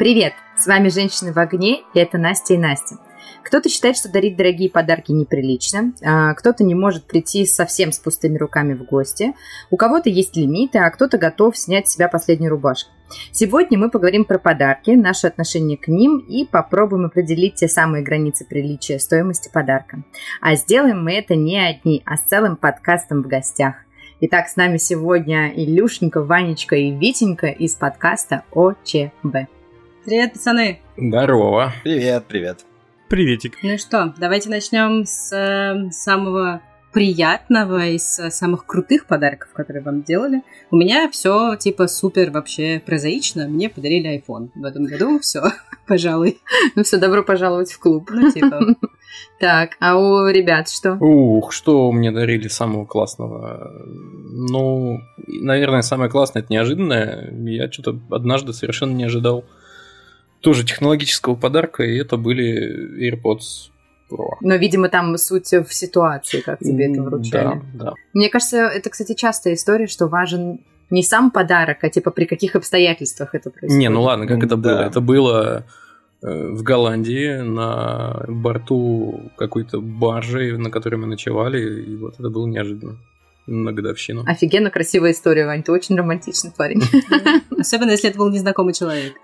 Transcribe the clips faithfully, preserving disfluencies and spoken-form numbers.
Привет! С вами «Женщины в огне», и это Настя и Настя. Кто-то считает, что дарить дорогие подарки неприлично, а кто-то не может прийти совсем с пустыми руками в гости, у кого-то есть лимиты, а кто-то готов снять с себя последнюю рубашку. Сегодня мы поговорим про подарки, наше отношение к ним и попробуем определить те самые границы приличия стоимости подарка. А сделаем мы это не одни, а с целым подкастом в гостях. Итак, с нами сегодня Илюшенька, Ванечка и Витенька из подкаста ОЧБ. Привет, пацаны! Здорово! Привет, привет! Приветик! Ну что, давайте начнем с э, самого приятного из э, самых крутых подарков, которые вам делали. У меня все типа супер вообще прозаично. Мне подарили iPhone в этом году. Все, пожалуй. Ну все, добро пожаловать в клуб. Ну типа... Так, а у ребят что? Ух, что мне дарили самого классного? Ну, наверное, самое классное – это неожиданное. Я что-то однажды совершенно не ожидал тоже технологического подарка, и это были AirPods Pro. Но, видимо, там суть в ситуации, как тебе это вручали. Да, да. Мне кажется, это, кстати, частая история, что важен не сам подарок, а типа при каких обстоятельствах это происходит. Не, ну ладно, как это Да. было? Это было в Голландии на борту какой-то баржи, на которой мы ночевали, и вот это было неожиданно. На годовщину. Офигенно красивая история, Вань, ты очень романтичный парень. Особенно, если это был незнакомый человек.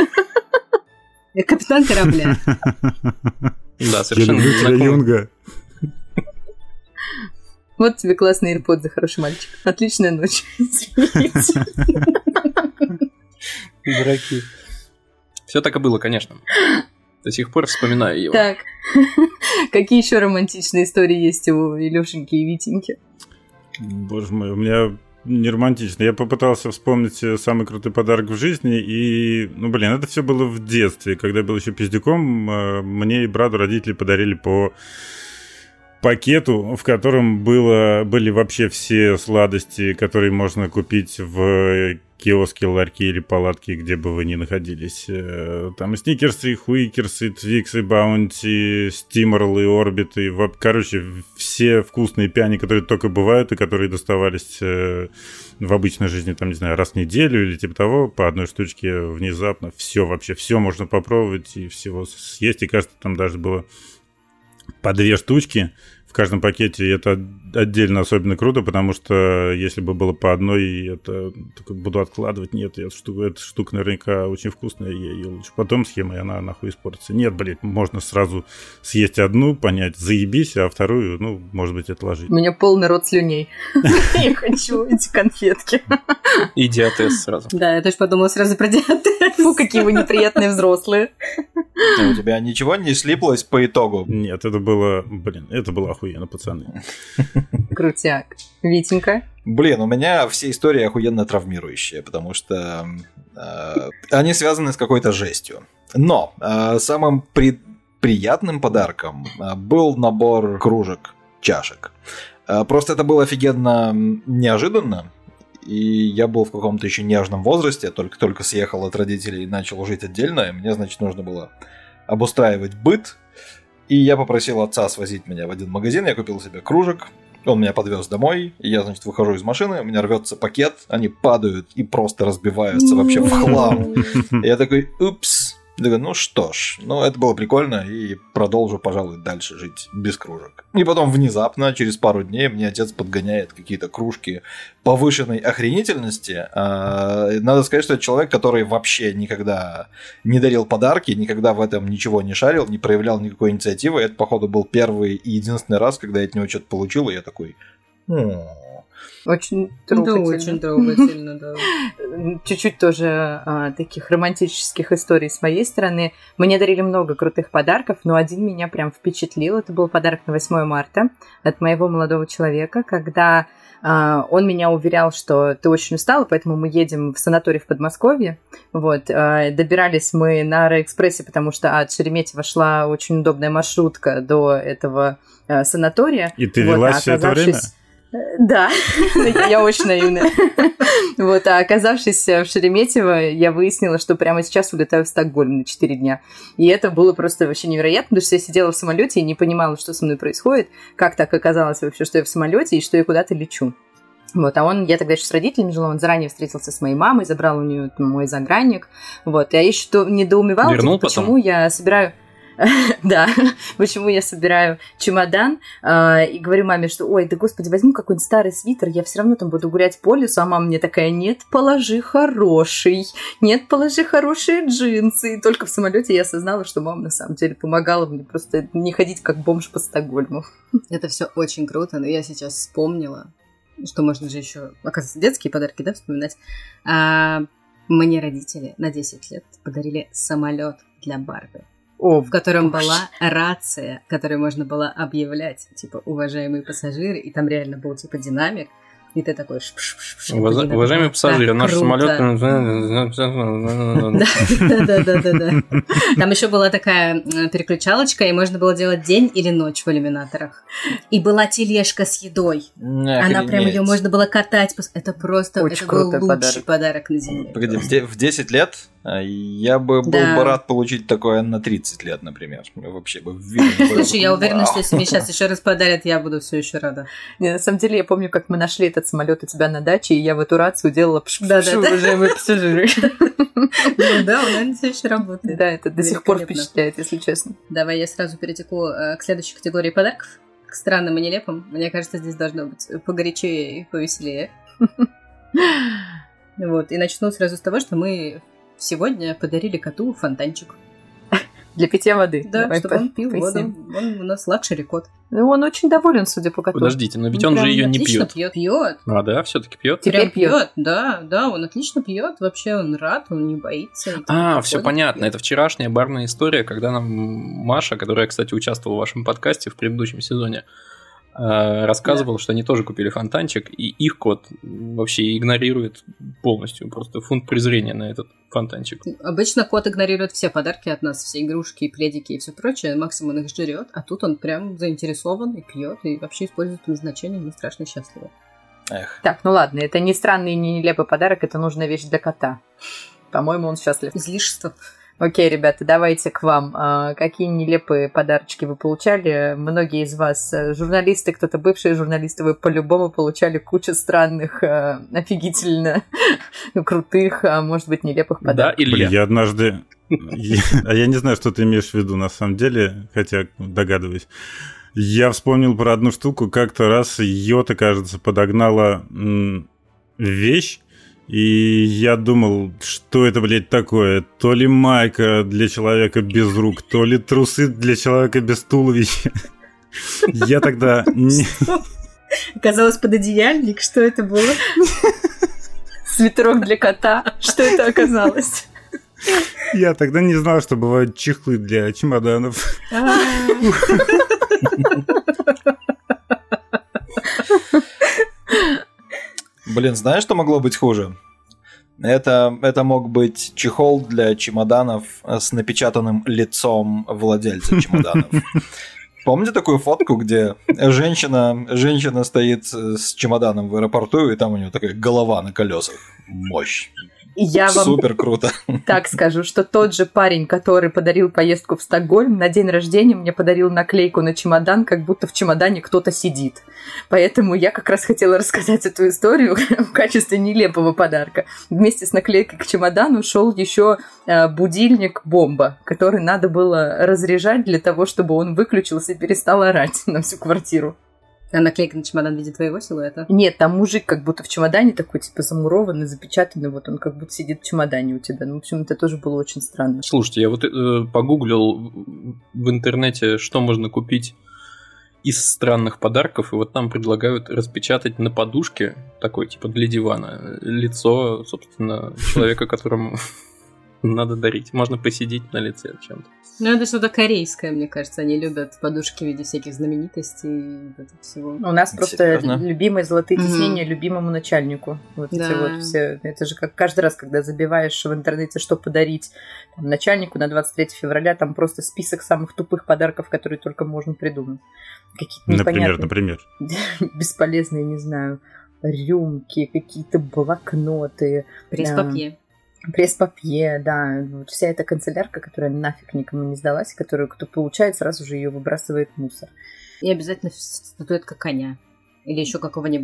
Я капитан корабля. Да, совершенно Я люблю тебя, незнакомый. Юнга. Вот тебе классный AirPods, хороший мальчик. Отличная ночь. Дураки. Все так и было, конечно. До сих пор вспоминаю его. Так, какие еще романтичные истории есть у Илюшеньки и Витеньки? Боже мой, у меня не романтично. Я попытался вспомнить самый крутой подарок в жизни, и, ну, блин, это все было в детстве. Когда я был еще пиздюком, мне и брату родители подарили по пакету, в котором было, были вообще все сладости, которые можно купить в киоске, ларьке или палатке, где бы вы ни находились. Там и сникерсы, и хуикерсы, и твиксы, баунти, стиморлы, орбиты. Короче, все вкусные пиани, которые только бывают и которые доставались в обычной жизни, там, не знаю, раз в неделю или типа того, по одной штучке внезапно. Все вообще, все можно попробовать и всего съесть. И кажется, там даже было по две штучки в каждом пакете, и это отдельно особенно круто, потому что если бы было по одной, это только буду откладывать. Нет, эта штука, эта штука наверняка очень вкусная, я ее лучше потом съем, и она нахуй испортится. Нет, блядь, можно сразу съесть одну, понять, заебись, а вторую, ну, может быть, отложить. У меня полный рот слюней. Я хочу эти конфетки. И диатез сразу. Да, я тоже подумала сразу про диатез. Фу, какие вы неприятные взрослые. У тебя ничего не слиплось по итогу? Нет, это было, блин, это было охуенно, пацаны. Крутяк. Витенька? Блин, у меня все истории охуенно травмирующие, потому что э, они связаны с какой-то жестью. Но э, самым при- приятным подарком э, был набор кружек, чашек. Э, просто это было офигенно неожиданно. И я был в каком-то еще нежном возрасте, только-только съехал от родителей и начал жить отдельно, и мне, значит, нужно было обустраивать быт. И я попросил отца свозить меня в один магазин, я купил себе кружек, он меня подвез домой, и я, значит, выхожу из машины, у меня рвется пакет, они падают и просто разбиваются вообще в хлам. И я такой, упс. Я такой, ну что ж, ну это было прикольно, и продолжу, пожалуй, дальше жить без кружек. И потом внезапно, через пару дней, мне отец подгоняет какие-то кружки повышенной охренительности. Надо сказать, что это человек, который вообще никогда не дарил подарки, никогда в этом ничего не шарил, не проявлял никакой инициативы. Это, походу, был первый и единственный раз, когда я от него что-то получил, и я такой... Очень Да, трогательно. очень трогательно, да. Чуть-чуть тоже а, таких романтических историй с моей стороны. Мне дарили много крутых подарков, но один меня прям впечатлил. Это был подарок на восьмое марта от моего молодого человека, когда а, он меня уверял, что ты очень устала, поэтому мы едем в санаторий в Подмосковье. Вот, а, добирались мы на Аэроэкспрессе, потому что от Шереметьево шла очень удобная маршрутка до этого а, санатория. И ты Вот, велась а все это время? Да, я очень наивная. Вот, а оказавшись в Шереметьево, я выяснила, что прямо сейчас улетаю в Стокгольм на четыре дня. И это было просто вообще невероятно, потому что я сидела в самолете и не понимала, что со мной происходит, как так оказалось вообще, что я в самолете и что я куда-то лечу. Вот, а он, я тогда еще с родителями жила, он заранее встретился с моей мамой, забрал у нее мой загранник. Вот, я еще недоумевала, типа, почему я собираю... Да, почему я собираю чемодан э, и говорю маме, что ой, да господи, возьму какой-нибудь старый свитер, я все равно там буду гулять по лесу, а мама мне такая, нет, положи хороший, нет, положи хорошие джинсы. И только в самолете я осознала, что мама на самом деле помогала мне просто не ходить как бомж по Стокгольму. Это все очень круто, но я сейчас вспомнила, что можно же еще, оказывается, детские подарки, да, вспоминать. А, мне родители на десять лет подарили самолет для Барби. О, в котором боже. была рация, которой можно было объявлять, типа, уважаемые пассажиры, и там реально был, типа, динамик, и ты такой... Уваз... Уважаемые пассажиры, наш самолет... Да-да-да-да-да. Там еще была такая переключалочка, и можно было делать день или ночь в иллюминаторах. И была тележка с едой. Она прям, ее можно было катать. Это просто... Это был лучший подарок на земле. Погоди, в десять лет я бы был бы рад получить такое на тридцать лет, например. Вообще бы Слушай, я уверена, что если мне сейчас еще раз подарят, я буду все еще рада. На самом деле, я помню, как мы нашли этот самолет у тебя на даче, и я в эту рацию делала пш-пш-пш, уважаемые пассажиры. Да, он, наверное, все еще работает. Да, это до сих пор впечатляет, если честно. Давай я сразу перетеку к следующей категории подарков, к странным и нелепым. Мне кажется, здесь должно быть погорячее и повеселее. Вот, и начну сразу с того, что мы сегодня подарили коту фонтанчик. Для питья воды. Да, давай чтобы по- он пил воду. Он у нас лакшери кот. Ну, он очень доволен, судя по коту. Подождите, но ведь он, он же ее не пьет. пьет. Пьет. А, да, все-таки пьет. Теперь пьет. Да, да, он отлично пьет. Вообще он рад, он не боится. А, все понятно. Пьет. Это вчерашняя барная история, когда нам Маша, которая, кстати, участвовала в вашем подкасте в предыдущем сезоне, рассказывал, да. что они тоже купили фонтанчик, и их кот вообще игнорирует полностью, просто фунт презрения на этот фонтанчик. Обычно кот игнорирует все подарки от нас, все игрушки, пледики и все прочее, максимум он их жрет, а тут он прям заинтересован и пьет, и вообще использует по назначению, не страшно счастливо. Эх. Так, ну ладно, это не странный и не нелепый подарок, это нужная вещь для кота. По-моему, он счастлив. Излишество. Окей, ребята, давайте к вам. А, какие нелепые подарочки вы получали? Многие из вас журналисты, кто-то бывшие журналисты, вы по-любому получали кучу странных, а, офигительно крутых, а может быть, нелепых подарков. Да, Илья? Блин, я однажды... А я не знаю, что ты имеешь в виду на самом деле, хотя догадываюсь. Я вспомнил про одну штуку. Как-то раз Йота, кажется, подогнала вещь, и я думал, что это, блядь, такое? То ли майка для человека без рук, то ли трусы для человека без туловища. Я тогда... Оказалось, пододеяльник. Что это было? Свитерок для кота. Что это оказалось? Я тогда не знал, что бывают чехлы для чемоданов. Блин, знаешь, что могло быть хуже? Это, это мог быть чехол для чемоданов с напечатанным лицом владельца чемоданов. Помните такую фотку, где женщина, женщина стоит с чемоданом в аэропорту, и там у нее такая голова на колесах? Мощь. Я вам супер круто. Так скажу, что тот же парень, который подарил поездку в Стокгольм, на день рождения мне подарил наклейку на чемодан, как будто в чемодане кто-то сидит. Поэтому я как раз хотела рассказать эту историю в качестве нелепого подарка. Вместе с наклейкой к чемодану шел еще будильник-бомба, который надо было разряжать для того, чтобы он выключился и перестал орать на всю квартиру. А наклейка на чемодан в виде твоего силуэта? Нет, там мужик как будто в чемодане такой, типа, замурованный, запечатанный, вот он как будто сидит в чемодане у тебя. Ну, в общем, это тоже было очень странно. Слушайте, я вот э, погуглил в интернете, что можно купить из странных подарков, и вот там предлагают распечатать на подушке, такой, типа, для дивана, лицо, собственно, человека, которому надо дарить. Можно посидеть на лице чем-то. Ну, это что-то корейское, мне кажется. Они любят подушки в виде всяких знаменитостей и вот этого всего. У нас просто Серьезно? любимые золотые тиснения mm-hmm. любимому начальнику. Вот да. эти вот все. Это же как каждый раз, когда забиваешь в интернете, что подарить там, начальнику на двадцать третьего февраля, там просто список самых тупых подарков, которые только можно придумать. Какие-то непонятные... Например, например. Бесполезные, не знаю, рюмки, какие-то блокноты. Пресс-папье. Пресс-папье, да, вот вся эта канцелярка, которая нафиг никому не сдалась, которую кто получает, сразу же ее выбрасывает в мусор. И обязательно статуэтка коня. Или еще какого-нибудь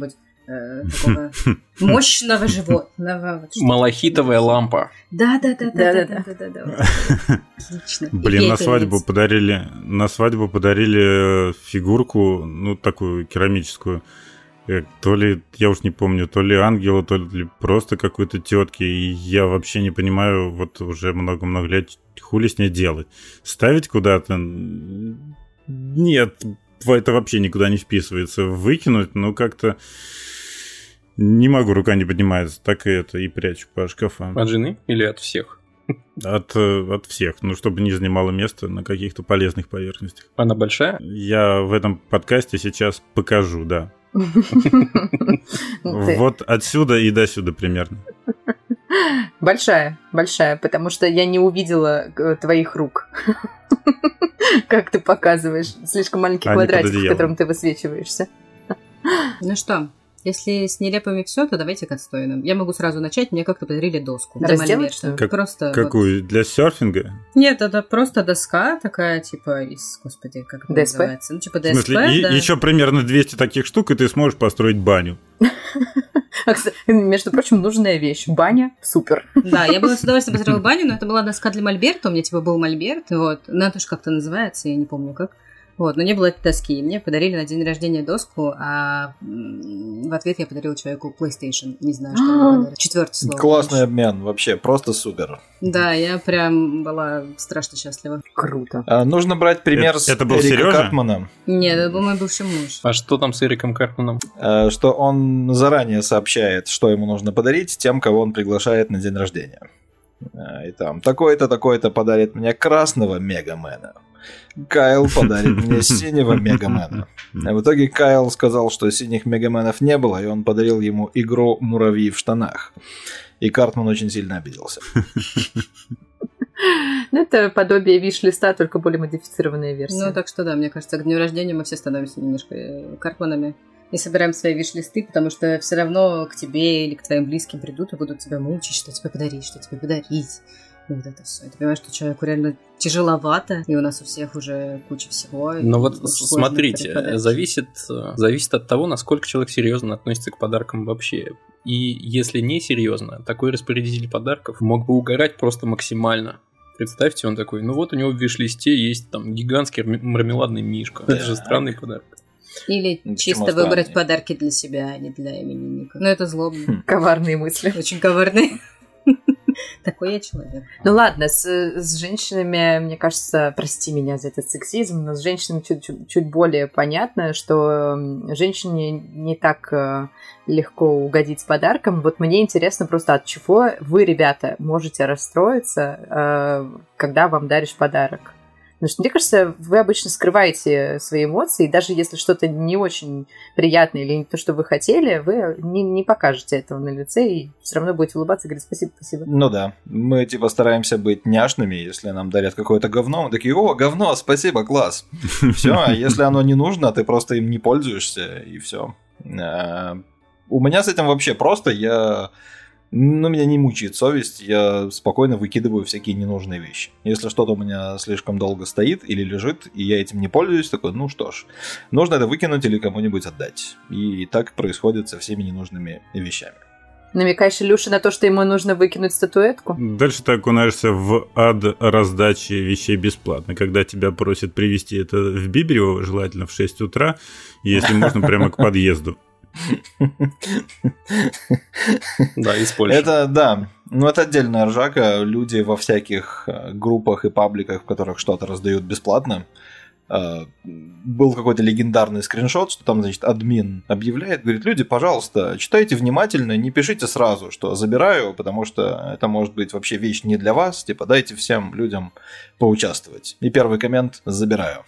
э, такого мощного животного. Вот малахитовая лампа. Да-да-да-да-да-да-да. Отлично. Блин, на свадьбу подарили, на свадьбу подарили фигурку, ну, такую керамическую. То ли, я уж не помню, то ли ангела, то ли просто какой-то тетки. И я вообще не понимаю, вот уже много-много лет, хули с ней делать. Ставить куда-то? Нет, это вообще никуда не вписывается. Выкинуть, ну, как-то не могу, рука не поднимается. Так и это, и прячу по шкафам. От жены или от всех? От, от всех, ну, чтобы не занимало место на каких-то полезных поверхностях. Она большая? Я в этом подкасте сейчас покажу, да. Вот отсюда и до сюда примерно. Большая, большая, потому что я не увидела твоих рук. Как ты показываешь. Слишком маленький квадратик, в котором ты высвечиваешься. Ну что, если с нелепыми все, то давайте к отстойным. Я могу сразу начать. Мне как-то подарили доску. Разделочную? Как, просто какую? Вот. Для серфинга? Нет, это просто доска такая, типа, из, господи, как это ДСП? называется? Ну, типа ДСП, В смысле, да. И, еще примерно двести таких штук, и ты сможешь построить баню. Между прочим, нужная вещь. Баня — супер. Да, я бы с удовольствием построила баню, но это была доска для мольберта. У меня, типа, был мольберт, вот. Ну, это же как-то называется, я не помню как. Вот, но не было этой доски. И мне подарили на день рождения доску, а в ответ я подарила человеку PlayStation. Не знаю, что мне подарили. Четвертое слово. Классный обмен, вообще, просто супер. Да, я прям была страшно счастлива. Круто. А, нужно брать пример Это- с это был Эрика Серёжа? Картмана, Нет, это был мой бывший муж. А что там с Эриком Картманом? а, что он заранее сообщает, что ему нужно подарить тем, кого он приглашает на день рождения. А, И там, такой-то, такой-то подарит мне красного Мегамена. Кайл подарит мне синего Мегамена. А в итоге Кайл сказал, что синих Мегаменов не было, и он подарил ему игру «Муравьи в штанах». И Картман очень сильно обиделся. Ну, это подобие виш-листа, только более модифицированная версия. Ну, так что да, мне кажется, к дню рождения мы все становимся немножко э, Картманами и собираем свои виш-листы, потому что все равно к тебе или к твоим близким придут и будут тебя мучить, что тебе подарить, что тебе подарить. И вот это все. И ты понимаешь, что человеку реально тяжеловато, и у нас у всех уже куча всего. Ну вот смотрите, зависит, зависит от того, насколько человек серьезно относится к подаркам вообще. И если не серьезно, такой распорядитель подарков мог бы угорать просто максимально. Представьте, он такой, ну вот у него в виш-листе есть там гигантский мармеладный мишка. Это же странный подарок. Или Ну, чисто почему выбрать странный? подарки для себя, а не для именинника. Ну, это злобно. Коварные мысли. Очень коварный. Такой я человек. Ну ладно, с, с женщинами, мне кажется, прости меня за этот сексизм, но с женщинами чуть, чуть, чуть более понятно, что женщине не так э, легко угодить с подарком. Вот мне интересно просто, от чего вы, ребята, можете расстроиться, э, когда вам даришь подарок. Потому что, мне кажется, вы обычно скрываете свои эмоции, и даже если что-то не очень приятное или не то, что вы хотели, вы не, не покажете этого на лице, и все равно будете улыбаться и говорить спасибо, спасибо. Ну да, мы типа стараемся быть няшными, если нам дарят какое-то говно, мы такие, о, говно, спасибо, класс. Все, а если оно не нужно, ты просто им не пользуешься, и все. У меня с этим вообще просто, я... Ну, меня не мучает совесть, я спокойно выкидываю всякие ненужные вещи. Если что-то у меня слишком долго стоит или лежит, и я этим не пользуюсь, такой, ну что ж, нужно это выкинуть или кому-нибудь отдать. И так происходит со всеми ненужными вещами. Намекаешь, Илюша, на то, что ему нужно выкинуть статуэтку? Дальше ты окунаешься в ад раздачи вещей бесплатно, когда тебя просят привезти это в Биберево, желательно в шесть утра, если можно, прямо к подъезду. Да, из Польши. Это, да, ну это отдельная ржака. Люди во всяких группах и пабликах, в которых что-то раздают бесплатно. Был какой-то легендарный скриншот, что там, значит, админ объявляет, говорит, люди, пожалуйста, читайте внимательно, не пишите сразу, что забираю, потому что это может быть вообще вещь не для вас, типа дайте всем людям поучаствовать. И первый коммент забираю.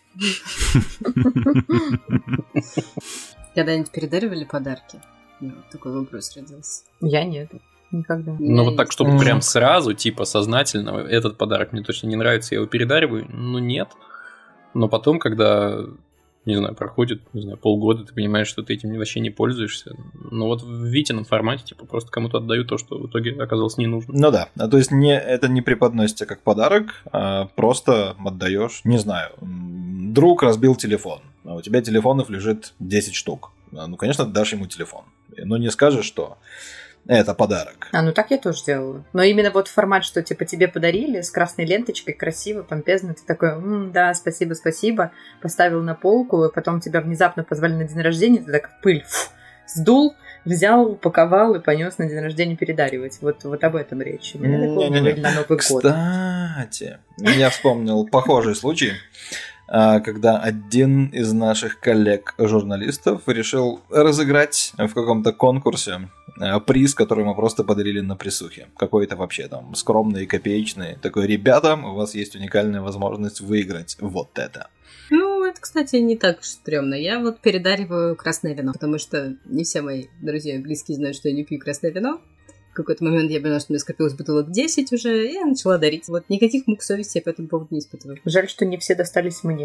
Когда-нибудь передаривали подарки? Ну, такой вопрос родился. Я нет, никогда. Ну вот так, чтобы Мгм. прям сразу, типа сознательно, этот подарок мне точно не нравится, я его передариваю, ну нет. Но потом, когда, не знаю, проходит, не знаю, полгода, ты понимаешь, что ты этим вообще не пользуешься. Ну вот в Витином формате, типа, просто кому-то отдаю то, что в итоге оказалось не нужно. Ну да, а то есть не, это не преподносится как подарок, а просто отдаешь, не знаю, м, друг разбил телефон, а у тебя телефонов лежит десять штук. ну, конечно, ты дашь ему телефон. Но не скажешь, что это подарок. А, ну так я тоже делала. Но именно вот формат, что типа тебе подарили с красной ленточкой, красиво, помпезно, ты такой, м-м, да, спасибо, спасибо, поставил на полку, и потом тебя внезапно позвали на день рождения, ты так в пыль фу, сдул, взял, упаковал и понес на день рождения передаривать. Вот, вот об этом речь. У меня такого не было на Новый год. Кстати, я вспомнил похожий случай, когда один из наших коллег-журналистов решил разыграть в каком-то конкурсе приз, который мы просто подарили на присухе. Какой-то вообще там скромный, копеечный. Такой, ребята, у вас есть уникальная возможность выиграть вот это. Ну, это, кстати, не так стрёмно. Я вот передариваю красное вино, потому что не все мои друзья и близкие знают, что я не пью красное вино. В какой-то момент я поняла, что у меня скопилось бутылок десять уже, и я начала дарить. Вот никаких мук совести я по этому поводу не испытываю. Жаль, что не все достались мне.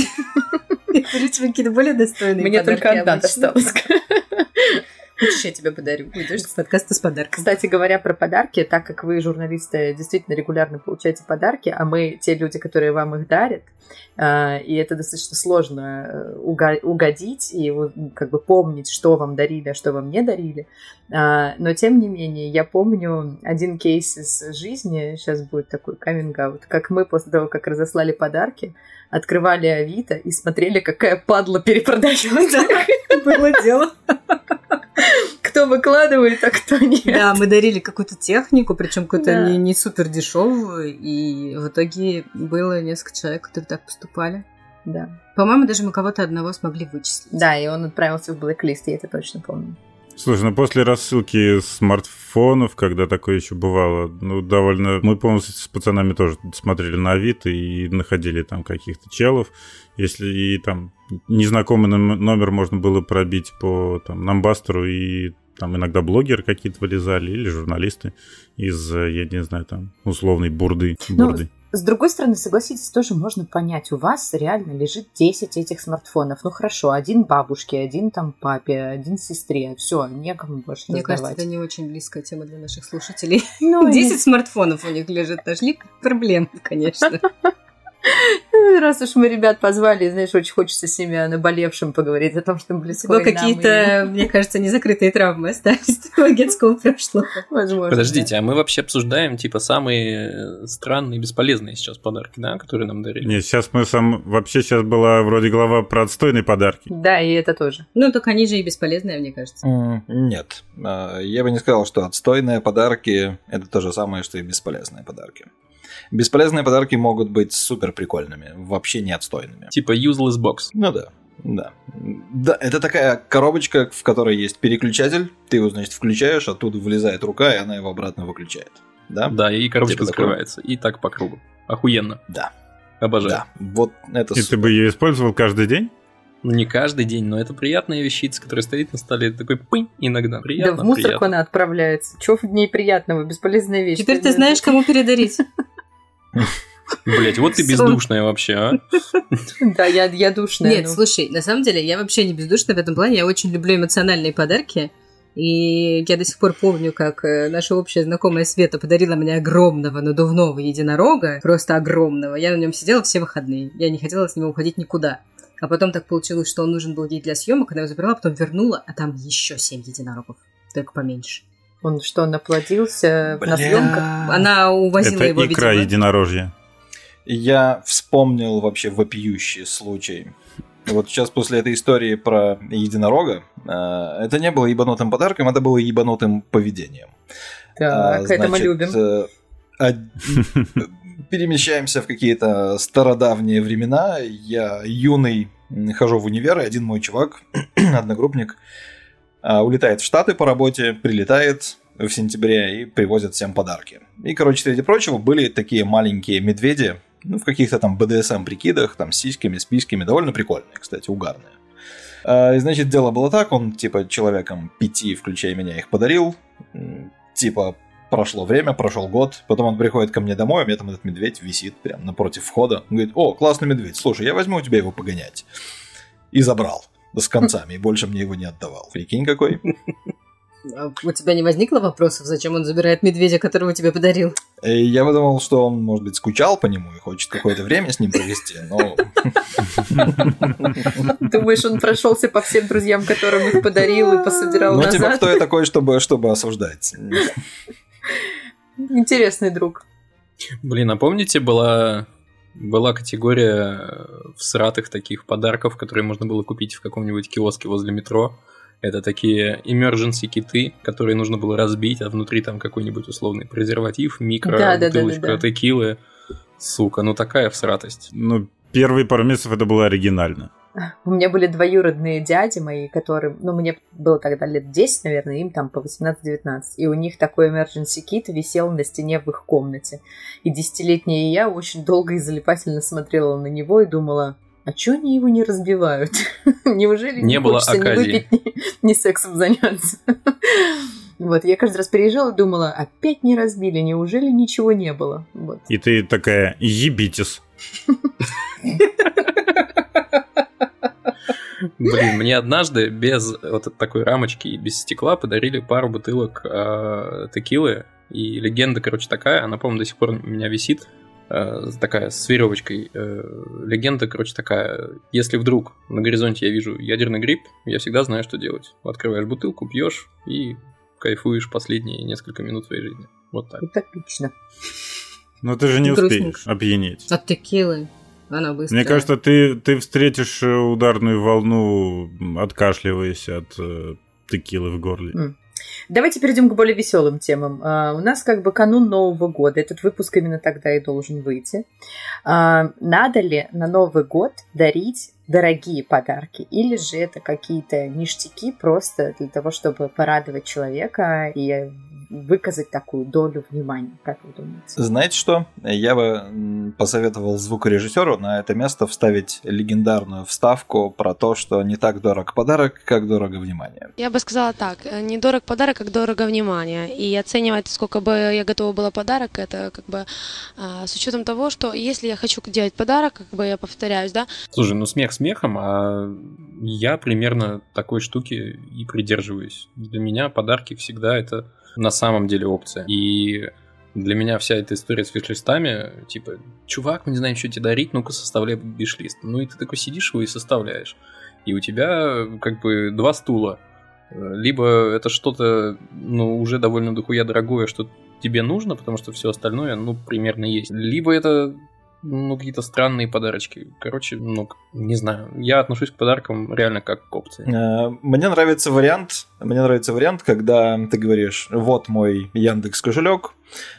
Какие-то более достойные мне только одна досталась. Хочешь, я тебя подарю? Уйдешь с подкаста с подарком. Кстати говоря про подарки, так как вы, журналисты, действительно регулярно получаете подарки, а мы те люди, которые вам их дарят, и это достаточно сложно угодить и как бы помнить, что вам дарили, а что вам не дарили. Но, тем не менее, я помню один кейс из жизни, сейчас будет такой каминг-аут, как мы после того, как разослали подарки, открывали Авито и смотрели, какая падла перепродает. Было дело. Кто выкладывает, а кто нет. Да, мы дарили какую-то технику, причем какую-то да. не, не супер дешевую, и в итоге было несколько человек, которые так поступали. Да. По-моему, даже мы кого-то одного смогли вычислить. Да, и он отправился в блэк-лист, я это точно помню. Слушай, ну после рассылки смартфонов, когда такое еще бывало, ну довольно... Мы, по-моему, с пацанами тоже смотрели на Авито и находили там каких-то челов. Если и там незнакомый номер можно было пробить по там, намбастеру, и там иногда блогеры какие-то вылезали или журналисты из, я не знаю, там условной бурды. бурды. Ну, с другой стороны, согласитесь, тоже можно понять, у вас реально лежит десять этих смартфонов. Ну хорошо, один бабушке, один там папе, один сестре. Все, некому больше Мне раздавать. кажется, это не очень близкая тема для наших слушателей. Ну, десять нет. смартфонов у них лежит, нашли проблем, конечно. Раз уж мы ребят позвали, знаешь, очень хочется с ними о наболевшем поговорить, о том, что близко нам. Какие-то, мне кажется, незакрытые травмы остались с того детского прошлого. Возможно. Подождите, а мы вообще обсуждаем, типа, самые странные и бесполезные сейчас подарки, да, которые нам дарили? Нет, сейчас мы сам... Вообще сейчас была вроде глава про отстойные подарки. Да, и это тоже. Ну, так они же и бесполезные, мне кажется. Mm, нет. Я бы не сказал, что отстойные подарки – это то же самое, что и бесполезные подарки. Бесполезные подарки могут быть супер прикольными, вообще не отстойными. Типа useless box. Ну да, да. Да, это такая коробочка, в которой есть переключатель, ты его, значит, включаешь, оттуда вылезает рука, и она его обратно выключает. Да, да, и коробочка типа закрывается, такой... и так по кругу. Охуенно. Да. Обожаю. Да, вот это И супер. ты бы ее использовал каждый день? Ну, не каждый день, но это приятная вещица, которая стоит на столе, такой пынь иногда. Приятно, да в мусорку приятно. она отправляется. Чего в ней приятного? Бесполезная вещь. Теперь ты знаешь, кому передарить. Блять, вот ты бездушная вообще, а? Да, я, я душная. Нет, ну. слушай, на самом деле я вообще не бездушная в этом плане. Я очень люблю эмоциональные подарки. И я до сих пор помню, как наша общая знакомая Света подарила мне огромного надувного единорога. Просто огромного. Я на нем сидела все выходные. Я не хотела с него уходить никуда. А потом так получилось, что он нужен был ей для съемок. Когда я его забрала, потом вернула, а там еще семь единорогов. Только поменьше. Он что, наплодился Бля... на съемках? Она увозила это его, видимо. Это икра единорожья. Я вспомнил вообще вопиющий случай. Вот сейчас после этой истории про единорога, это не было ебанутым подарком, это было ебанутым поведением. Так, Значит, это мы любим. Перемещаемся в какие-то стародавние времена. Я юный, хожу в универ, и один мой чувак, одногруппник, улетает в Штаты по работе, прилетает в сентябре и привозит всем подарки. И, короче, среди прочего были такие маленькие медведи, ну, в каких-то там бэ дэ эс эм-прикидах, там, с сиськами, с письками, довольно прикольные, кстати, угарные. И, значит, дело было так, он, типа, человеком пяти, включая меня, их подарил, типа, прошло время, прошел год, потом он приходит ко мне домой, у меня там этот медведь висит прямо напротив входа, он говорит: о, классный медведь, слушай, я возьму у тебя его погонять. И забрал с концами, и больше мне его не отдавал. Прикинь, какой. А у тебя не возникло вопросов, зачем он забирает медведя, которого тебе подарил? Я подумал, что он, может быть, скучал по нему и хочет какое-то время с ним провести, но... Думаешь, он прошелся по всем друзьям, которым их подарил, и пособирал назад? Ну, типа, кто я такой, чтобы, чтобы осуждать? Интересный друг. Блин, а помните, была... Была категория всратых таких подарков, которые можно было купить в каком-нибудь киоске возле метро. Это такие emergency киты, которые нужно было разбить, а внутри там какой-нибудь условный презерватив, микро, да, да, бутылочка да, да, да. текилы. Сука, ну такая всратость. Ну, первые пару месяцев это было оригинально. У меня были двоюродные дяди мои, которые... Ну, мне было тогда лет десять, наверное, им там по восемнадцать-девятнадцать. И у них такой emergency kit висел на стене в их комнате. И десятилетняя я очень долго и залипательно смотрела на него и думала... А чё они его не разбивают? Неужели не, не хочется ни выпить, ни, ни сексом заняться? Вот, я каждый раз приезжала и думала, опять не разбили, неужели ничего не было? Вот. И ты такая, ебитесь. Блин, мне однажды без вот такой рамочки и без стекла подарили пару бутылок э, текилы. И легенда, короче, такая, она, по-моему, до сих пор у меня висит. Такая с веревочкой. Легенда, короче, такая. Если вдруг на горизонте я вижу ядерный гриб, я всегда знаю, что делать. Открываешь бутылку, пьешь и кайфуешь последние несколько минут своей жизни. Вот так. Это отлично. Но ты же не успеешь опьянеть. От текилы. Она быстрая. Мне кажется, ты, ты встретишь ударную волну, откашливаясь от э, текилы в горле. Mm. Давайте перейдем к более веселым темам. Uh, у нас как бы канун Нового года. Этот выпуск именно тогда и должен выйти. Uh, надо ли на Новый год дарить дорогие подарки? Или же это какие-то ништяки просто для того, чтобы порадовать человека и выказать такую долю внимания? Как вы думаете? Знаете что? Я бы посоветовал звукорежиссеру на это место вставить легендарную вставку про то, что не так дорог подарок, как дорого внимание. Я бы сказала так. Не дорог подарок, как дорого внимание. И оценивать, сколько бы я готова была подарок, это как бы а, с учетом того, что если я хочу делать подарок, как бы я повторяюсь, да. Слушай, ну смех смехом, а я примерно такой штуки и придерживаюсь. Для меня подарки всегда это на самом деле опция. И для меня вся эта история с виш-листами, типа, чувак, мы не знаем, что тебе дарить, ну-ка составляй виш-лист. Ну и ты такой сидишь его и составляешь. И у тебя как бы два стула. Либо это что-то, ну, уже довольно дохуя дорогое, что тебе нужно, потому что все остальное, ну, примерно есть. Либо это, ну, какие-то странные подарочки. Короче, ну, не знаю. Я отношусь к подаркам реально как к опции. Мне нравится вариант, мне нравится вариант, когда ты говоришь, вот мой Яндекс кошелек,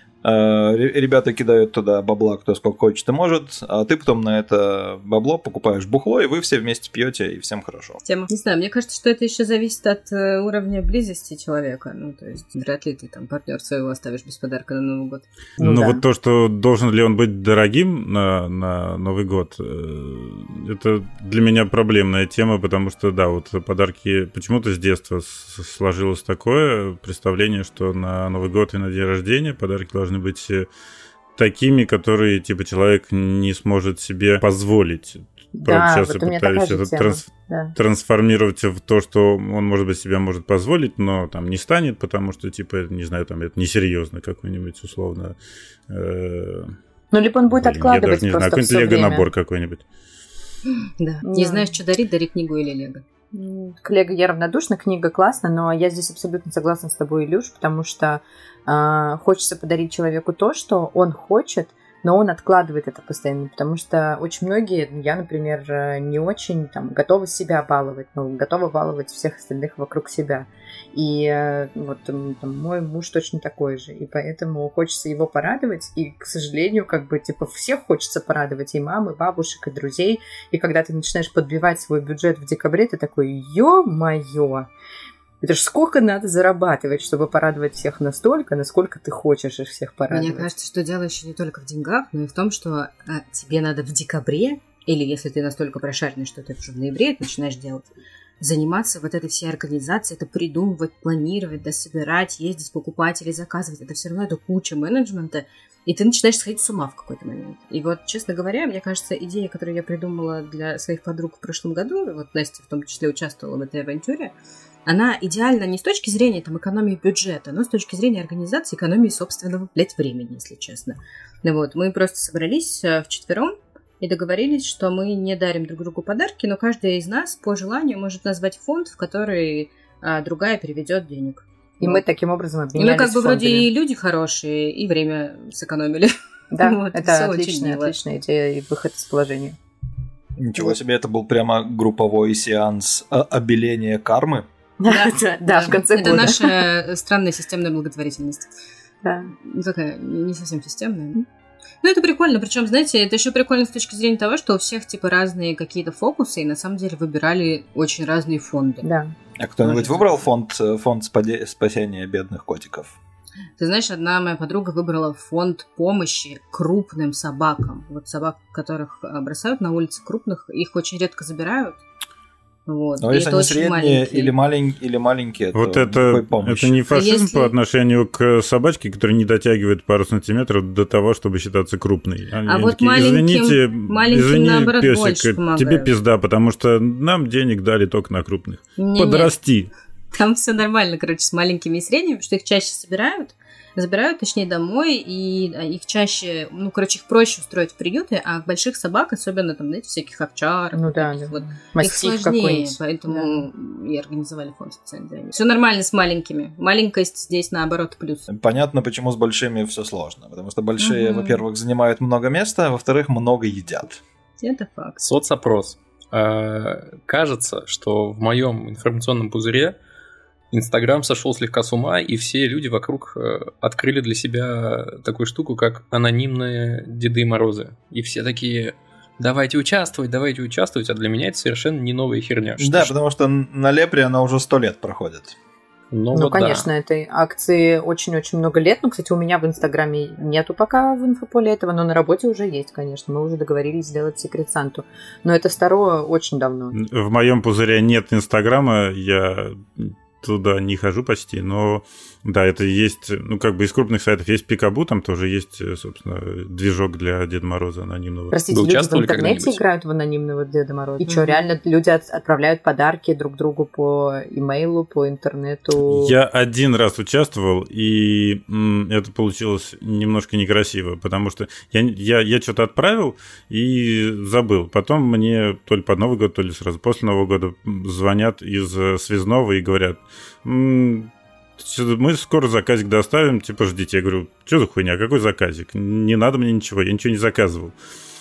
ребята кидают туда бабла, кто сколько хочет и может, а ты потом на это бабло покупаешь бухло, и вы все вместе пьете, и всем хорошо. Тема. Не знаю, мне кажется, что это еще зависит от уровня близости человека. Ну, то есть, вряд ли ты там партнер своего оставишь без подарка на Новый год. Ну, ну да. Вот то, что должен ли он быть дорогим на, на Новый год, это для меня проблемная тема, потому что, да, вот подарки, почему-то с детства сложилось такое представление, что на Новый год и на день рождения подарки должны быть такими, которые, типа, человек не сможет себе позволить. Да, сейчас вот я пытаюсь это транс... да. трансформировать в то, что он, может быть, себе может позволить, но там не станет, потому что, типа, не знаю, там это несерьезно какой-нибудь, условно. Э... Ну, либо он будет Блин, откладывать я даже не знаю, какой-нибудь лего-набор какой-нибудь. Да. да. Не знаешь, что дарить, дари книгу или лего. К лего я равнодушна, книга классная, но я здесь абсолютно согласна с тобой, Илюш, потому что э, хочется подарить человеку то, что он хочет, но он откладывает это постоянно, потому что очень многие, я, например, не очень там, готовы себя баловать, но готовы баловать всех остальных вокруг себя. И э, вот там, мой муж точно такой же, и поэтому хочется его порадовать, и, к сожалению, как бы, типа, всех хочется порадовать, и мам, и бабушек, и друзей, и когда ты начинаешь подбивать свой бюджет в декабре, ты такой, ё-моё, это ж сколько надо зарабатывать, чтобы порадовать всех настолько, насколько ты хочешь их всех порадовать. Мне кажется, что дело еще не только в деньгах, но и в том, что а, тебе надо в декабре, или если ты настолько прошаренный, что ты уже в ноябре это начинаешь делать, заниматься вот этой всей организацией, это придумывать, планировать, да, собирать, ездить, покупать или заказывать. Это все равно это куча менеджмента, и ты начинаешь сходить с ума в какой-то момент. И вот, честно говоря, мне кажется, идея, которую я придумала для своих подруг в прошлом году, вот Настя в том числе участвовала в этой авантюре, она идеальна не с точки зрения там, экономии бюджета, но с точки зрения организации экономии собственного, блядь, времени, если честно. Ну, вот, мы просто собрались вчетвером и договорились, что мы не дарим друг другу подарки, но каждая из нас по желанию может назвать фонд, в который а, другая переведет денег. И вот. Мы таким образом обменялись И мы как бы фондами. вроде и люди хорошие, и время сэкономили. Да, вот, это отличная, отличная идея и выход из положения. Ничего себе, это был прямо групповой сеанс обеления кармы. Да, да, да, в конце это года. Это наша странная системная благотворительность. Да. Ну, такая, не совсем системная. Ну, это прикольно. Причем, знаете, это еще прикольно с точки зрения того, что у всех, типа, разные какие-то фокусы, и на самом деле выбирали очень разные фонды. Да. А кто-нибудь выбрал фонд, фонд спасения бедных котиков? Ты знаешь, одна моя подруга выбрала фонд помощи крупным собакам. Вот собак, которых бросают на улице, крупных, их очень редко забирают. Вот. Но если это они средние маленькие. или, малень... или маленькие, вот то это, это не фашизм если... по отношению к собачке, которая не дотягивает пару сантиметров до того, чтобы считаться крупной. Они а вот такие, маленьким, извините, маленьким извини, наоборот, песик, больше помогают. тебе пизда, потому что нам денег дали только на крупных. Не, Подрасти. Нет. Там все нормально, короче, с маленькими и средними, потому что их чаще собирают, забирают, точнее, домой, и их чаще, ну, короче, их проще устроить в приюты, а больших собак, особенно там, знаете, всяких овчарок, ну, да, да. вот, мастиф их сложнее, какой-нибудь. поэтому да. И организовали фонд специально для них. Все нормально с маленькими. Маленькость здесь, наоборот, плюс. Понятно, почему с большими все сложно, потому что большие, угу. во-первых, занимают много места, а во-вторых, много едят. Это факт. Соцопрос. Кажется, что в моем информационном пузыре Инстаграм сошел слегка с ума, и все люди вокруг открыли для себя такую штуку, как анонимные Деды Морозы. И все такие, давайте участвовать, давайте участвовать, а для меня это совершенно не новая херня. Да, что, потому что на Лепре она уже сто лет проходит. Ну, ну вот конечно, да. этой акции очень-очень много лет. Ну, кстати, у меня в Инстаграме нету пока в инфополе этого, но на работе уже есть, конечно. Мы уже договорились сделать Секрет Санту. Но это старое очень давно. В моем пузыре нет Инстаграма, я туда не хожу почти, но да, это есть, ну, как бы из крупных сайтов есть Пикабу, там тоже есть, собственно, движок для Деда Мороза анонимного. Простите, Вы люди в участвовали интернете когда-нибудь? играют в анонимного Деда Мороза? И Mm-hmm. что, реально люди от- отправляют подарки друг другу по имейлу, по интернету? Я один раз участвовал, и м, это получилось немножко некрасиво, потому что я, я, я что-то отправил и забыл. Потом мне то ли под Новый год, то ли сразу после Нового года звонят из связного и говорят, м- мы скоро заказик доставим, типа ждите. Я говорю, что за хуйня, какой заказик? Не надо мне ничего, я ничего не заказывал.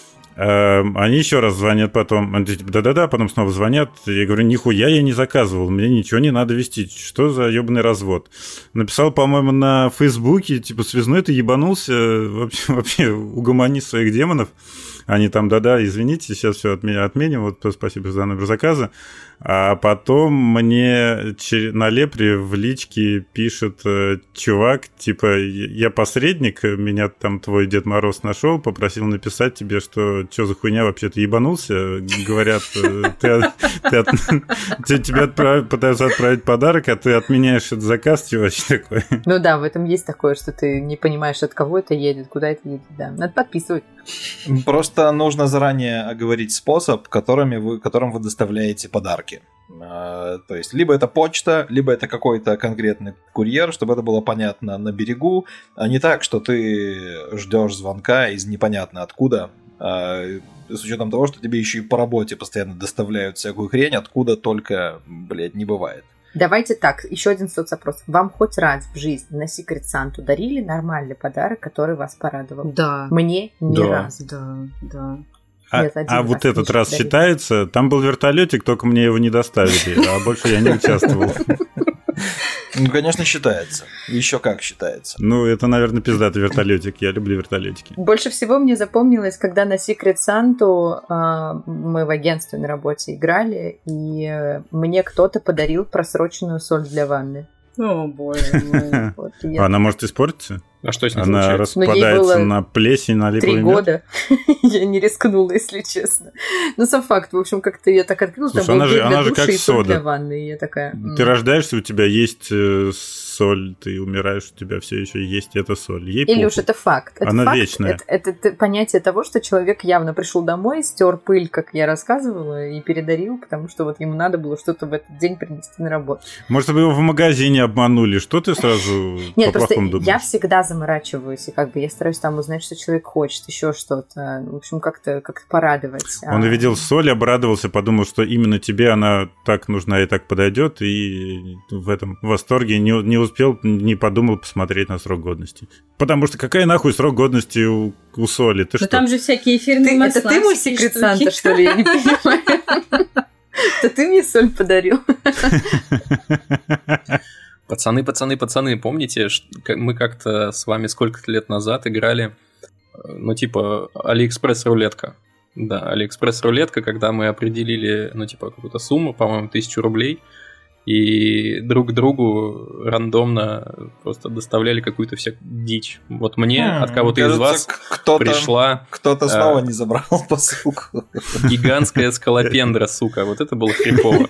Они еще раз звонят потом, они типа, да-да-да, потом снова звонят. Я говорю, нихуя я не заказывал, мне ничего не надо вести. Что за ебаный развод? Написал, по-моему, на Фейсбуке, типа, связной ты ебанулся, вообще, вообще угомони своих демонов. Они там, да-да, извините, сейчас все от меня отменим, вот спасибо за номер заказа. А потом мне на Лепре в личке пишет э, чувак, типа, я посредник, меня там твой Дед Мороз нашел, попросил написать тебе, что что за хуйня вообще ты ебанулся. Говорят, ты, ты, тебе отправ, пытаются отправить подарок, а ты отменяешь этот заказ, чего вообще такое? Ну да, в этом есть такое, что ты не понимаешь, от кого это едет, куда это едет, да. Надо подписывать. Просто нужно заранее оговорить способ, которыми вы, которым вы доставляете подарки. То есть, либо это почта, либо это какой-то конкретный курьер, чтобы это было понятно на берегу, а не так, что ты ждешь звонка из непонятно откуда, с учетом того, что тебе еще и по работе постоянно доставляют всякую хрень, откуда только, блядь, не бывает. Давайте так, еще один соцопрос. Вам хоть раз в жизни на Секрет Санту дарили нормальный подарок, который вас порадовал? Да. Мне ни Да. разу. Да, да. А, Нет, один а раз вот этот лишь раз подарили. считается? Там был вертолетик, только мне его не доставили, а больше я не участвовал. Ну, конечно, считается. Еще как считается. Ну, это, наверное, пиздатый вертолетик. Я люблю вертолетики. Больше всего мне запомнилось, когда на Секрет Санту а, мы в агентстве на работе играли, и э, мне кто-то подарил просроченную соль для ванны. О, боже мой. Вот, и я Она может испортиться? А что с ней Она случается? Ну, ей распадается было на плесень, на Три липовый мед? года я не рискнула, если честно. Но сам факт, в общем, как-то я так открыла, Слушай, там был она же- гель для она же душа как и соль сода. для ванны, и я такая... м. Ты рождаешься, у тебя есть э, соль, ты умираешь, у тебя все еще есть эта соль. Ей Илюш, похуй. это факт. Это Она факт, вечная. Это, это, это понятие того, что человек явно пришел домой, стер пыль, как я рассказывала, и передарил, потому что вот ему надо было что-то в этот день принести на работу. Может, вы его в магазине обманули? Что ты сразу Нет, просто по-плохому думаешь? я всегда заморачиваюсь, и как бы я стараюсь там узнать, что человек хочет, еще что-то. В общем, как-то как порадовать. Он увидел соль, обрадовался, подумал, что именно тебе она так нужна и так подойдет, и в этом восторге не, не успел, не подумал посмотреть на срок годности. Потому что какая нахуй срок годности у, у соли? Ты Но что? там же всякие эфирные Ты, масла. это ты мой всякие секрет штуки. Санта, что ли? Я не понимаю. Это ты мне соль подарил. Пацаны, пацаны, пацаны, помните, мы как-то с вами сколько-то лет назад играли, ну, типа, Алиэкспресс-рулетка. Да, Алиэкспресс-рулетка, когда мы определили, ну, типа, какую-то сумму, по-моему, тысячу рублей, и друг другу рандомно просто доставляли какую-то всякую дичь. Вот мне Хм, от кого-то кажется, из вас кто-то, пришла... Кто-то снова а, не забрал посылку. Гигантская скалопендра, сука. Вот это было крипово.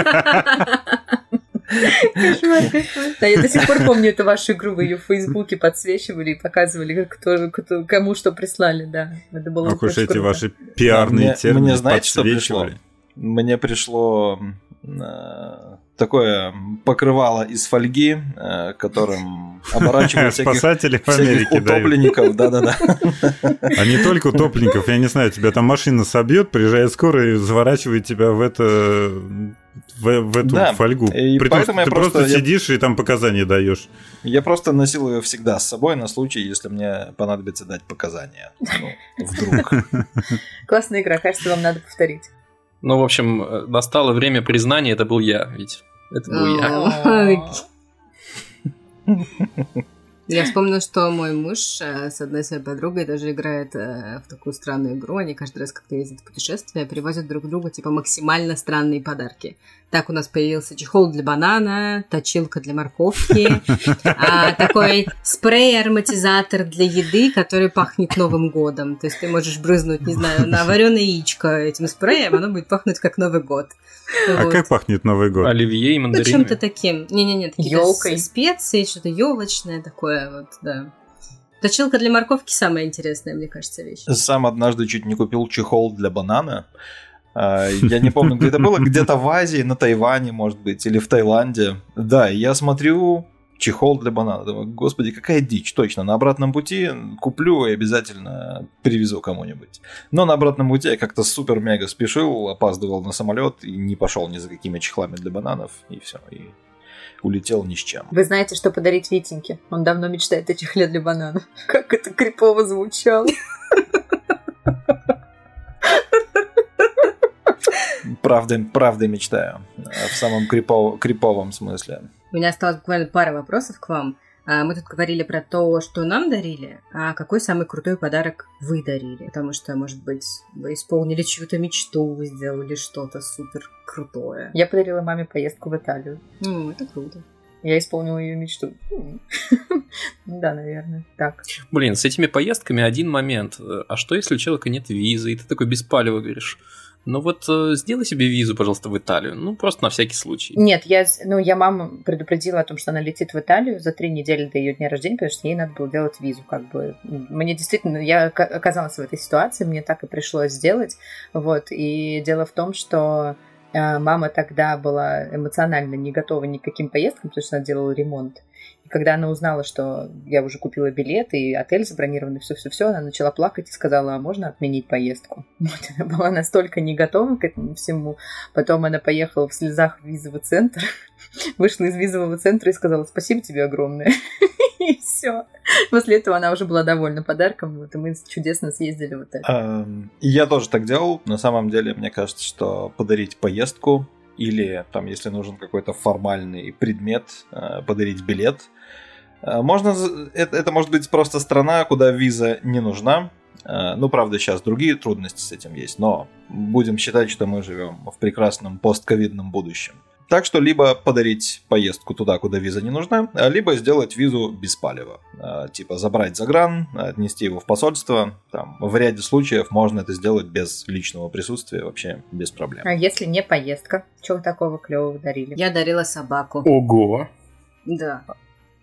Кошмар, кошмар. Да, я до сих пор помню эту вашу игру, вы ее в Фейсбуке подсвечивали и показывали, кто, кто, кому что прислали, да. Это было Ох уж эти круто. ваши пиарные мне, термины мне знаете, что пришло? подсвечивали. Мне пришло э, такое покрывало из фольги, э, которым оборачивают всяких, Спасатели в всяких Америке утопленников. Да-да-да. А не только утопленников, я не знаю, тебя там машина собьет, приезжает скорая и заворачивает тебя в это... В, в эту да, фольгу. И При том, что я ты просто, просто я, сидишь и там показания даешь. Я просто носил ее всегда с собой на случай, если мне понадобится дать показания. Ну, вдруг. Классная игра, кажется, вам надо повторить. Ну, в общем, настало время признания, это был я, ведь. Это был я. Я вспомнила, что мой муж с одной своей подругой тоже играет в такую странную игру. Они каждый раз, когда ездят в путешествие, привозят друг другу типа максимально странные подарки. Так у нас появился чехол для банана, точилка для морковки, такой спрей-ароматизатор для еды, который пахнет Новым годом. То есть ты можешь брызнуть, не знаю, на вареное яичко этим спреем, оно будет пахнуть как Новый год. А вот. Как пахнет Новый год? Оливье и мандаринами. Ну, чем-то таким. Не-не-не, ёлкой, специи, что-то ёлочное такое, вот, да. Точилка для морковки самая интересная, мне кажется, вещь. Сам однажды чуть не купил чехол для банана. Я не помню, где это было, где-то в Азии, на Тайване, может быть, или в Таиланде. Да, я смотрю чехол для банана. Думаю, господи, какая дичь, точно. На обратном пути куплю и обязательно привезу кому-нибудь. Но на обратном пути я как-то супер-мега спешил, опаздывал на самолет и не пошел ни за какими чехлами для бананов, и все, и улетел ни с чем. Вы знаете, что подарить Витеньке? Он давно мечтает о чехле для банана. Как это крипово звучало. Правда, правда мечтаю. В самом крипов, криповом смысле. У меня осталось буквально пара вопросов к вам. Мы тут говорили про то, что нам дарили, а какой самый крутой подарок вы дарили? Потому что, может быть, вы исполнили чью-то мечту, вы сделали что-то супер крутое. Я подарила маме поездку в Италию. Ну, это круто. Я исполнила ее мечту. Да, наверное, так. Блин, с этими поездками один момент. А что, если у человека нет визы, и ты такой беспалево говоришь... Ну вот э, сделай себе визу, пожалуйста, в Италию. Ну, просто на всякий случай. Нет, я, ну, я маму предупредила о том, что она летит в Италию за три недели до ее дня рождения, потому что ей надо было делать визу. Как бы. Мне действительно, я оказалась в этой ситуации, мне так и пришлось сделать. Вот. И дело в том, что э, мама тогда была эмоционально не готова ни к каким поездкам, потому что она делала ремонт. И когда она узнала, что я уже купила билет и отель забронирован, все-все-все, она начала плакать и сказала, а можно отменить поездку? Вот, она была настолько не готова к этому всему. Потом она поехала в слезах в визовый центр, вышла из визового центра и сказала, спасибо тебе огромное. И все. После этого она уже была довольна подарком, вот, и мы чудесно съездили в отель. Я тоже так делал. На самом деле, мне кажется, что подарить поездку или, там, если нужен какой-то формальный предмет, подарить билет. Можно, это, это может быть просто страна, куда виза не нужна. Ну, правда, сейчас другие трудности с этим есть, но будем считать, что мы живем в прекрасном постковидном будущем. Так что либо подарить поездку туда, куда виза не нужна, либо сделать визу беспалево. Типа забрать загран, отнести его в посольство. Там, в ряде случаев можно это сделать без личного присутствия, вообще без проблем. А если не поездка? Чего такого клевого дарили? Я дарила собаку. Ого! Да.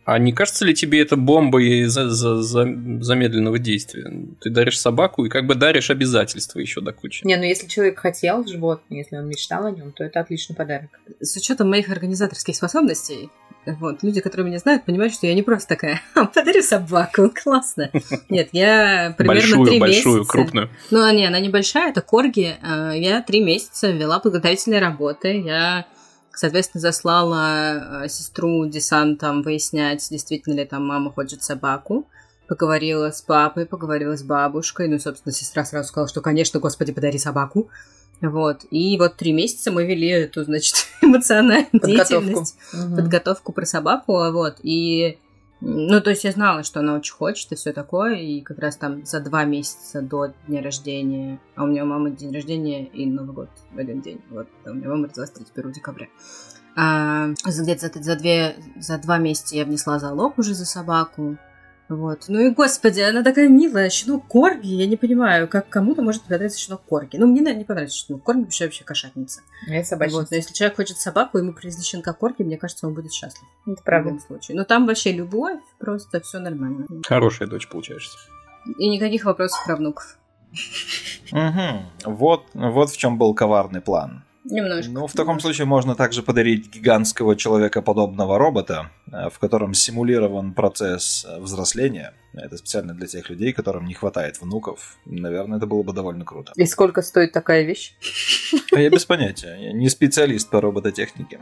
А не кажется ли тебе это бомбой за, за, за замедленного действия? Ты даришь собаку и как бы даришь обязательства еще до кучи. Не, ну если человек хотел животное, если он мечтал о нем, то это отличный подарок. С учетом моих организаторских способностей, вот, люди, которые меня знают, понимают, что я не просто такая, подарю собаку, классно. Нет, я примерно большую, три месяца... Большую, крупную. Ну, не, она небольшая, это корги. Я три месяца вела подготовительные работы. Я, соответственно, заслала сестру десантом выяснять, действительно ли там мама хочет собаку. Поговорила с папой, поговорила с бабушкой. Ну, и, собственно, сестра сразу сказала, что, конечно, господи, подари собаку. Вот. И вот три месяца мы вели эту, значит, эмоциональную подготовку. деятельность, угу. подготовку про собаку, вот. И, ну, то есть я знала, что она очень хочет и все такое, и как раз там за два месяца до дня рождения, а у меня у мамы день рождения и Новый год в один день, вот, у меня мама родилась тридцать первого декабря. А, где-то за, за, две, за два месяца я внесла залог уже за собаку. Вот. Ну и, господи, она такая милая, щенок корги, я не понимаю, как кому-то может понравиться щенок корги. Ну, мне не понравится щенок корги, потому что я вообще кошатница. Я собачница. Вот. Но если человек хочет собаку, ему привезли щенка корги, мне кажется, он будет счастлив. Это правда. В любом случае. Но там вообще любовь, просто все нормально. Хорошая дочь получаешься. И никаких вопросов про внуков. Угу. Вот, вот в чем был коварный план. Немножко. Ну, в таком случае можно также подарить гигантского человекоподобного робота, в котором симулирован процесс взросления. Это специально для тех людей, которым не хватает внуков. Наверное, это было бы довольно круто. И сколько стоит такая вещь? А я без понятия. Я не специалист по робототехнике.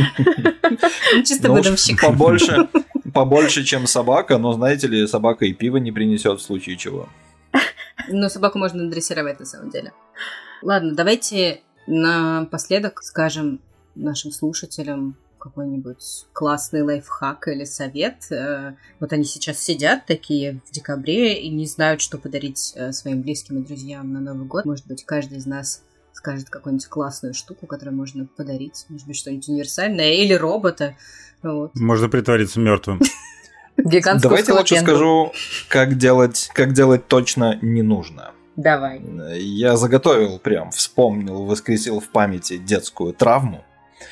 Чисто выдумщик. Побольше, побольше, чем собака, но, знаете ли, собака и пиво не принесет в случае чего. Ну, собаку можно дрессировать, на самом деле. Ладно, давайте... Напоследок скажем нашим слушателям какой-нибудь классный лайфхак или совет. Вот они сейчас сидят такие в декабре и не знают, что подарить своим близким и друзьям на Новый год. Может быть, каждый из нас скажет какую-нибудь классную штуку, которую можно подарить. Может быть, что-нибудь универсальное или робота. Вот. Можно притвориться мертвым. Давайте лучше скажу, как делать, как делать точно не нужно. Давай. Я заготовил прям, вспомнил, воскресил в памяти детскую травму.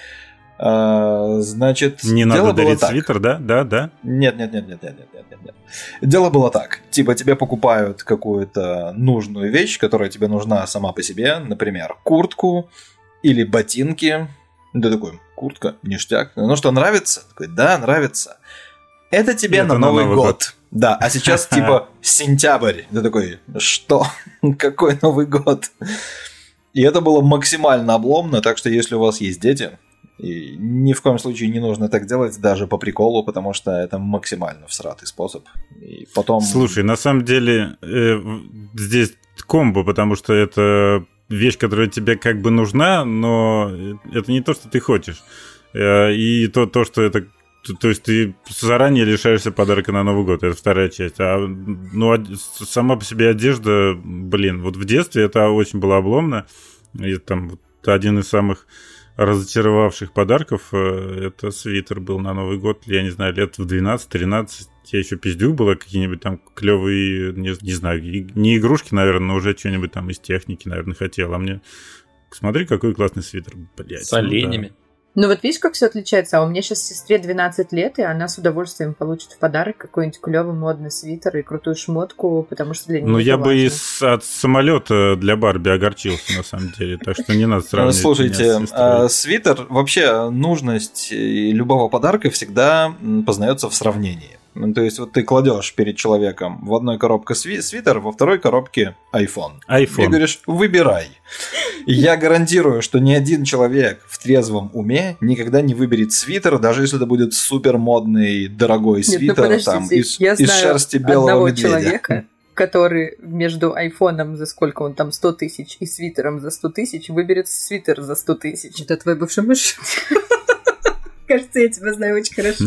А, значит, не дело надо было дарить так. свитер, да? Да, да. Нет, нет, нет, нет, нет, нет, нет, нет. Дело было так. Типа тебе покупают какую-то нужную вещь, которая тебе нужна сама по себе, например, куртку или ботинки. Ты такой, куртка, ништяк. Ну что, нравится? Такой, да, нравится. Это тебе Это на Новый, Новый год. год. Да, а сейчас типа сентябрь. Ты такой, что? Какой Новый год? И это было максимально обломно, так что если у вас есть дети, и ни в коем случае не нужно так делать, даже по приколу, потому что это максимально всратый способ. И потом... Слушай, на самом деле э, здесь комбо, потому что это вещь, которая тебе как бы нужна, но это не то, что ты хочешь. Э, и то, то, что это... То есть ты заранее лишаешься подарка на Новый год, это вторая часть. А ну, сама по себе одежда, блин, вот в детстве это очень было обломно. И там вот один из самых разочаровавших подарков, это свитер был на Новый год, я не знаю, лет в двенадцать-тринадцать. Я еще пиздюк было, какие-нибудь там клевые, не, не знаю, не игрушки, наверное, но уже что-нибудь там из техники, наверное, хотел. А мне, смотри, какой классный свитер, блядь. С оленями. Ну, да. Ну вот видишь, как все отличается. А у меня сейчас сестре двенадцать лет, и она с удовольствием получит в подарок какой-нибудь клевый модный свитер и крутую шмотку, потому что для нее. Ну я важно. бы и с, от самолета для Барби огорчился, на самом деле. Так что не надо сравнивать. Слушайте, а, свитер, вообще нужность любого подарка всегда познается в сравнении. То есть вот ты кладешь перед человеком в одной коробке свитер, во второй коробке iPhone. iPhone. И говоришь, выбирай. Я гарантирую, что ни один человек в трезвом уме никогда не выберет свитер, даже если это будет супер модный, дорогой Нет, свитер ну, там, из, я из знаю шерсти белого одного медведя. Человека, который между айфоном за сколько он там, сто тысяч, и свитером за сто тысяч выберет свитер за сто тысяч. Это твой бывший муж? Кажется, я тебя знаю очень хорошо.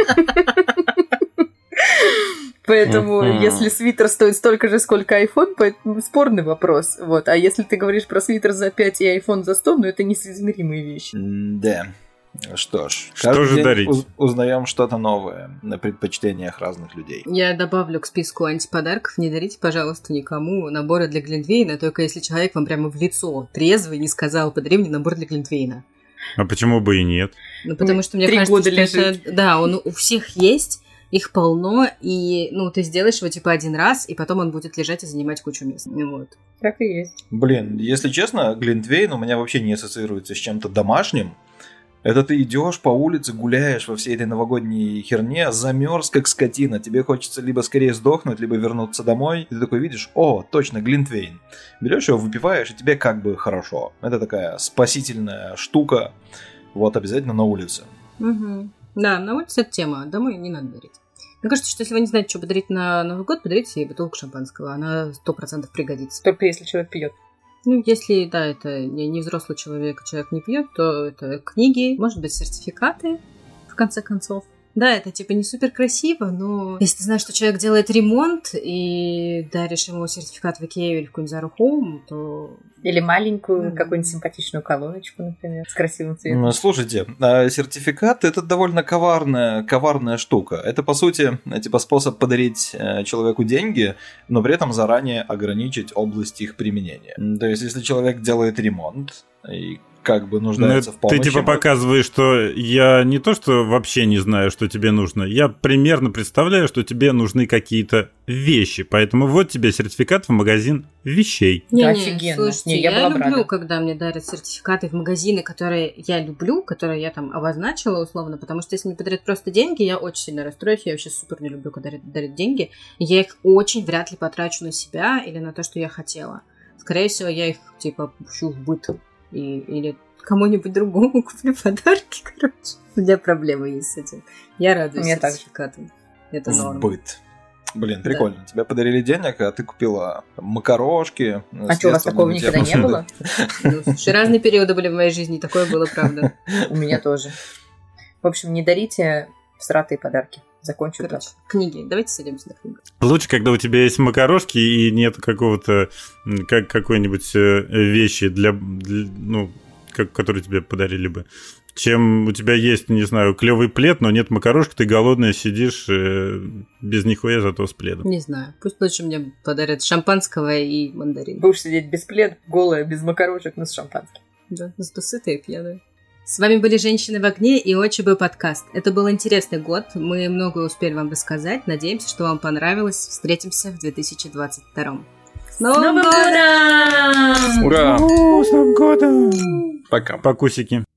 Поэтому, uh-huh. если свитер стоит столько же, сколько iPhone, поэтому спорный вопрос. Вот. А если ты говоришь про свитер за пять и iPhone за сто, ну это несоизмеримые вещи. Да. Что ж, что же дарить? Уз- узнаем что-то новое на предпочтениях разных людей. Я добавлю к списку антиподарков: не дарите, пожалуйста, никому наборы для глинтвейна, только если человек вам прямо в лицо трезвый не сказал: подари мне набор для глинтвейна. А почему бы и нет? Ну, потому что мне Три кажется, года что лежит. это... Да, он у всех есть, их полно, и, ну, ты сделаешь его, типа, один раз, и потом он будет лежать и занимать кучу места. Ну, вот. Так и есть. Блин, если честно, глинтвейн у меня вообще не ассоциируется с чем-то домашним. Это ты идешь по улице, гуляешь во всей этой новогодней херне, замерз как скотина, тебе хочется либо скорее сдохнуть, либо вернуться домой, и ты такой видишь, о, точно, глинтвейн. Берешь его, выпиваешь, и тебе как бы хорошо. Это такая спасительная штука, вот обязательно на улице. Угу. Да, на улице это тема, домой не надо дарить. Мне кажется, что если вы не знаете, что подарить на Новый год, подарите ей бутылку шампанского, она сто процентов пригодится. Только если человек пьет. Ну, если, да, это не, не взрослый человек, человек не пьет, то это книги, может быть, сертификаты, в конце концов. Да, это типа не супер красиво, но если ты знаешь, что человек делает ремонт и даришь ему сертификат в Икее или в какой-нибудь Zara Home, то... Или маленькую Mm-hmm. какую-нибудь симпатичную колоночку, например, с красивым цветом. Слушайте, сертификат – это довольно коварная, коварная штука. Это, по сути, типа способ подарить человеку деньги, но при этом заранее ограничить область их применения. То есть, если человек делает ремонт и как бы нуждается ну, в помощи. Ты типа показываешь, что я не то, что вообще не знаю, что тебе нужно, я примерно представляю, что тебе нужны какие-то вещи, поэтому вот тебе сертификат в магазин вещей. Не, Да, не, офигенно. слушайте, Не, я я, была бы люблю, рада. когда мне дарят сертификаты в магазины, которые я люблю, которые я там обозначила условно, потому что если мне подарят просто деньги, я очень сильно расстроюсь, я вообще супер не люблю, когда дарят, дарят деньги, и я их очень вряд ли потрачу на себя или на то, что я хотела. Скорее всего, я их типа пущу в быт и, или кому-нибудь другому куплю подарки, короче. У меня проблемы есть с этим. Я радуюсь сертификатам. Это в норм. быт. Блин, прикольно. Да. Тебе подарили денег, а ты купила макарошки. А что, у вас такого никогда не было? Ну, слушай, разные периоды были в моей жизни, такое было, правда. У меня тоже. В общем, не дарите всратые подарки. Закончу так. Книги. Давайте садимся на книгу. Лучше, когда у тебя есть макарошки и нет какого-то, как какой-нибудь вещи для, для ну, как, которые тебе подарили бы, чем у тебя есть, не знаю, клевый плед, но нет макарошек, ты голодная сидишь э, без нихуя, зато с пледом. Не знаю. Пусть лучше мне подарят шампанского и мандарин. Будешь сидеть без пледа, голая, без макарошек, но с шампанским. Да, зато сытая и пьяная. С вами были «Женщины в огне» и ОЧБ подкаст. Это был интересный год, мы многое успели вам рассказать. Надеемся, что вам понравилось. Встретимся в две тысячи двадцать втором. С Новым годом! годом! Ура! О, с Новым годом! Пока. Покусики.